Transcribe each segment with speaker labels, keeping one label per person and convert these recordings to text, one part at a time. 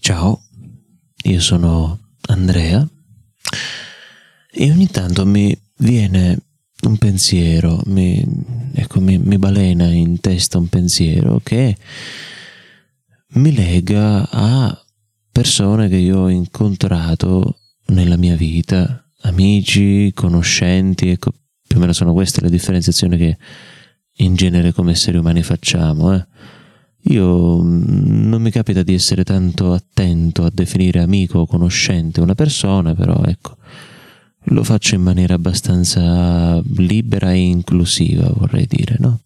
Speaker 1: Ciao, io sono Andrea e ogni tanto mi viene un pensiero, mi balena in testa un pensiero che mi lega a persone che io ho incontrato nella mia vita, amici, conoscenti, ecco, più o meno sono queste le differenziazioni che in genere come esseri umani facciamo, Io non mi capita di essere tanto attento a definire amico o conoscente una persona, però ecco, lo faccio in maniera abbastanza libera e inclusiva, vorrei dire, no?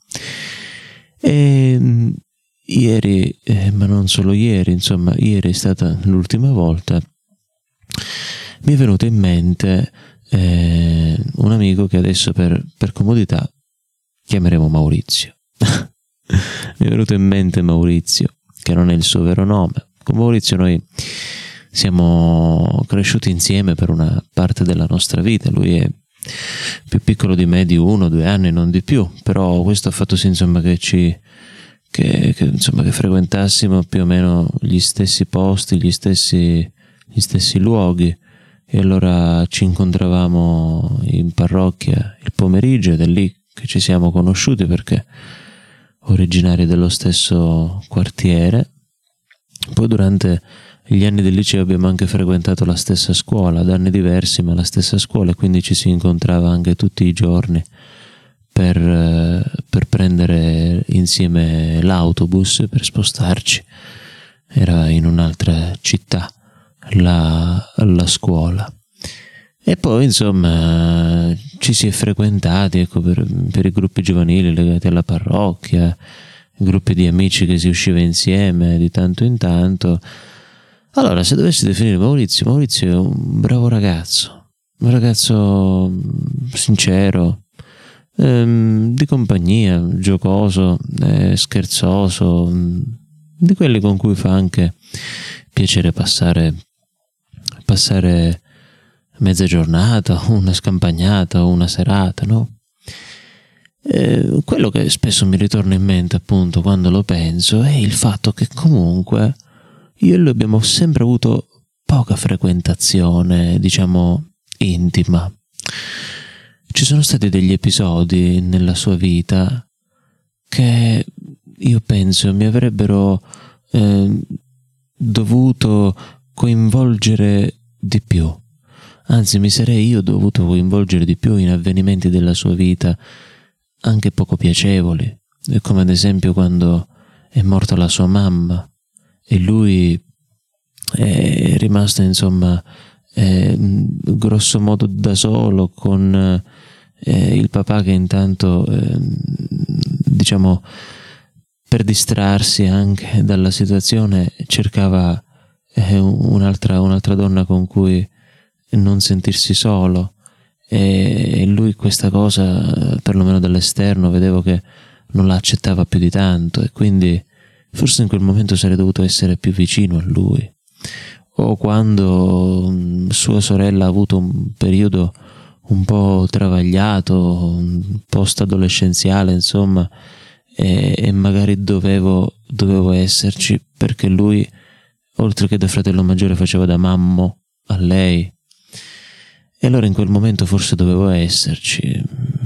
Speaker 1: E ieri, ma non solo ieri, insomma, ieri è stata l'ultima volta, mi è venuto in mente un amico che adesso per comodità chiameremo Maurizio. Mi è venuto in mente Maurizio, che non è il suo vero nome. Con Maurizio noi siamo cresciuti insieme per una parte della nostra vita. Lui è più piccolo di me di 1 o 2 anni, non di più, però questo ha fatto sì, insomma, che frequentassimo più o meno gli stessi posti, gli stessi luoghi, e allora ci incontravamo in parrocchia il pomeriggio ed è lì che ci siamo conosciuti, perché originari dello stesso quartiere. Poi durante gli anni del liceo abbiamo anche frequentato la stessa scuola, ad anni diversi ma la stessa scuola, e quindi ci si incontrava anche tutti i giorni per prendere insieme l'autobus per spostarci. Era in un'altra città la scuola. E poi insomma ci si è frequentati, ecco, per i gruppi giovanili legati alla parrocchia, gruppi di amici che si usciva insieme di tanto in tanto. Allora, se dovessi definire Maurizio è un bravo ragazzo, un ragazzo sincero, di compagnia, giocoso, scherzoso, di quelli con cui fa anche piacere passare mezza giornata, una scampagnata o una serata, no? Quello che spesso mi ritorna in mente, appunto, quando lo penso, è il fatto che comunque io e lui abbiamo sempre avuto poca frequentazione, diciamo, intima. Ci sono stati degli episodi nella sua vita che io penso mi avrebbero dovuto coinvolgere di più. Anzi, mi sarei io dovuto coinvolgere di più in avvenimenti della sua vita anche poco piacevoli, come ad esempio quando è morta la sua mamma e lui è rimasto, insomma, grosso modo da solo con il papà che intanto, diciamo, per distrarsi anche dalla situazione cercava un'altra donna con cui non sentirsi solo, e lui questa cosa, perlomeno dall'esterno, vedevo che non la accettava più di tanto, e quindi forse in quel momento sarei dovuto essere più vicino a lui. O quando sua sorella ha avuto un periodo un po' travagliato, post-adolescenziale, insomma, e magari dovevo esserci, perché lui, oltre che da fratello maggiore, faceva da mammo a lei, e allora in quel momento forse dovevo esserci.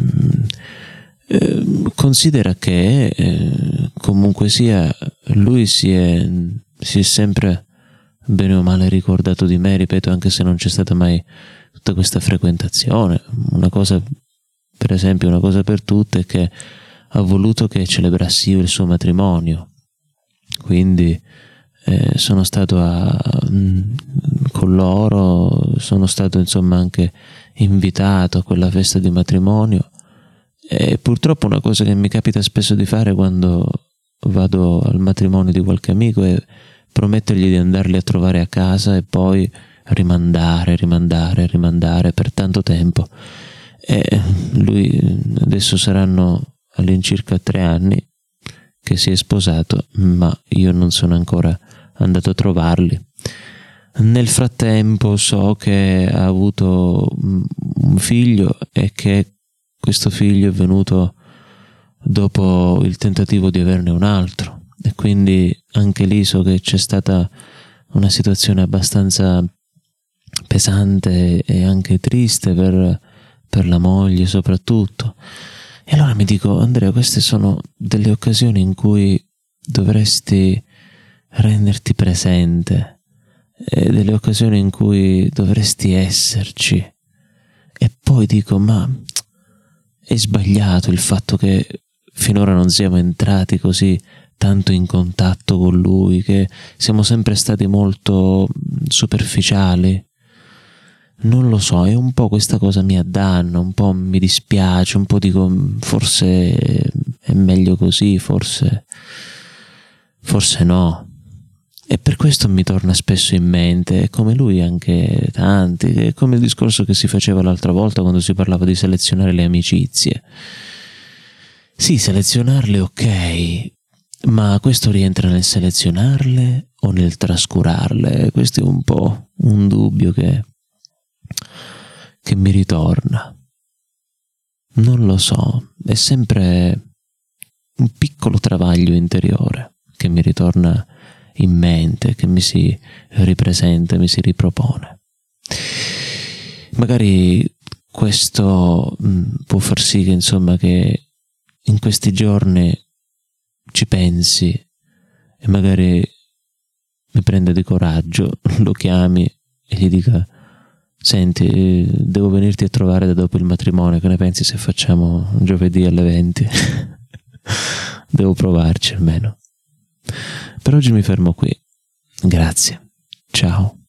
Speaker 1: Considera che comunque sia, lui si è sempre bene o male ricordato di me, ripeto, anche se non c'è stata mai tutta questa frequentazione. Una cosa, per esempio, una cosa per tutte, è che ha voluto che celebrassi io il suo matrimonio, quindi sono stato con loro, sono stato, insomma, anche invitato a quella festa di matrimonio. E purtroppo una cosa che mi capita spesso di fare quando vado al matrimonio di qualche amico è promettergli di andarli a trovare a casa e poi rimandare per tanto tempo. E lui adesso saranno all'incirca 3 anni che si è sposato, ma io non sono ancora andato a trovarli. Nel frattempo so che ha avuto un figlio e che questo figlio è venuto dopo il tentativo di averne un altro, e quindi anche lì so che c'è stata una situazione abbastanza pesante e anche triste per la moglie soprattutto. E allora mi dico: Andrea, queste sono delle occasioni in cui dovresti renderti presente, delle occasioni in cui dovresti esserci. E poi dico: ma è sbagliato il fatto che finora non siamo entrati così tanto in contatto con lui, che siamo sempre stati molto superficiali. Non lo so, è un po' questa cosa mi addanna, un po' mi dispiace, un po' dico forse è meglio così, forse no. E per questo mi torna spesso in mente, come lui anche tanti, è come il discorso che si faceva l'altra volta quando si parlava di selezionare le amicizie. Sì, selezionarle ok, ma questo rientra nel selezionarle o nel trascurarle? Questo è un po' un dubbio che mi ritorna. Non lo so, è sempre un piccolo travaglio interiore che mi ritorna in mente, che mi si ripresenta, mi si ripropone. Magari questo può far sì che, insomma, che in questi giorni ci pensi e magari mi prende di coraggio, lo chiami e gli dica: senti, devo venirti a trovare da dopo il matrimonio, che ne pensi se facciamo giovedì alle 20? Devo provarci almeno. Per oggi mi fermo qui. Grazie. Ciao.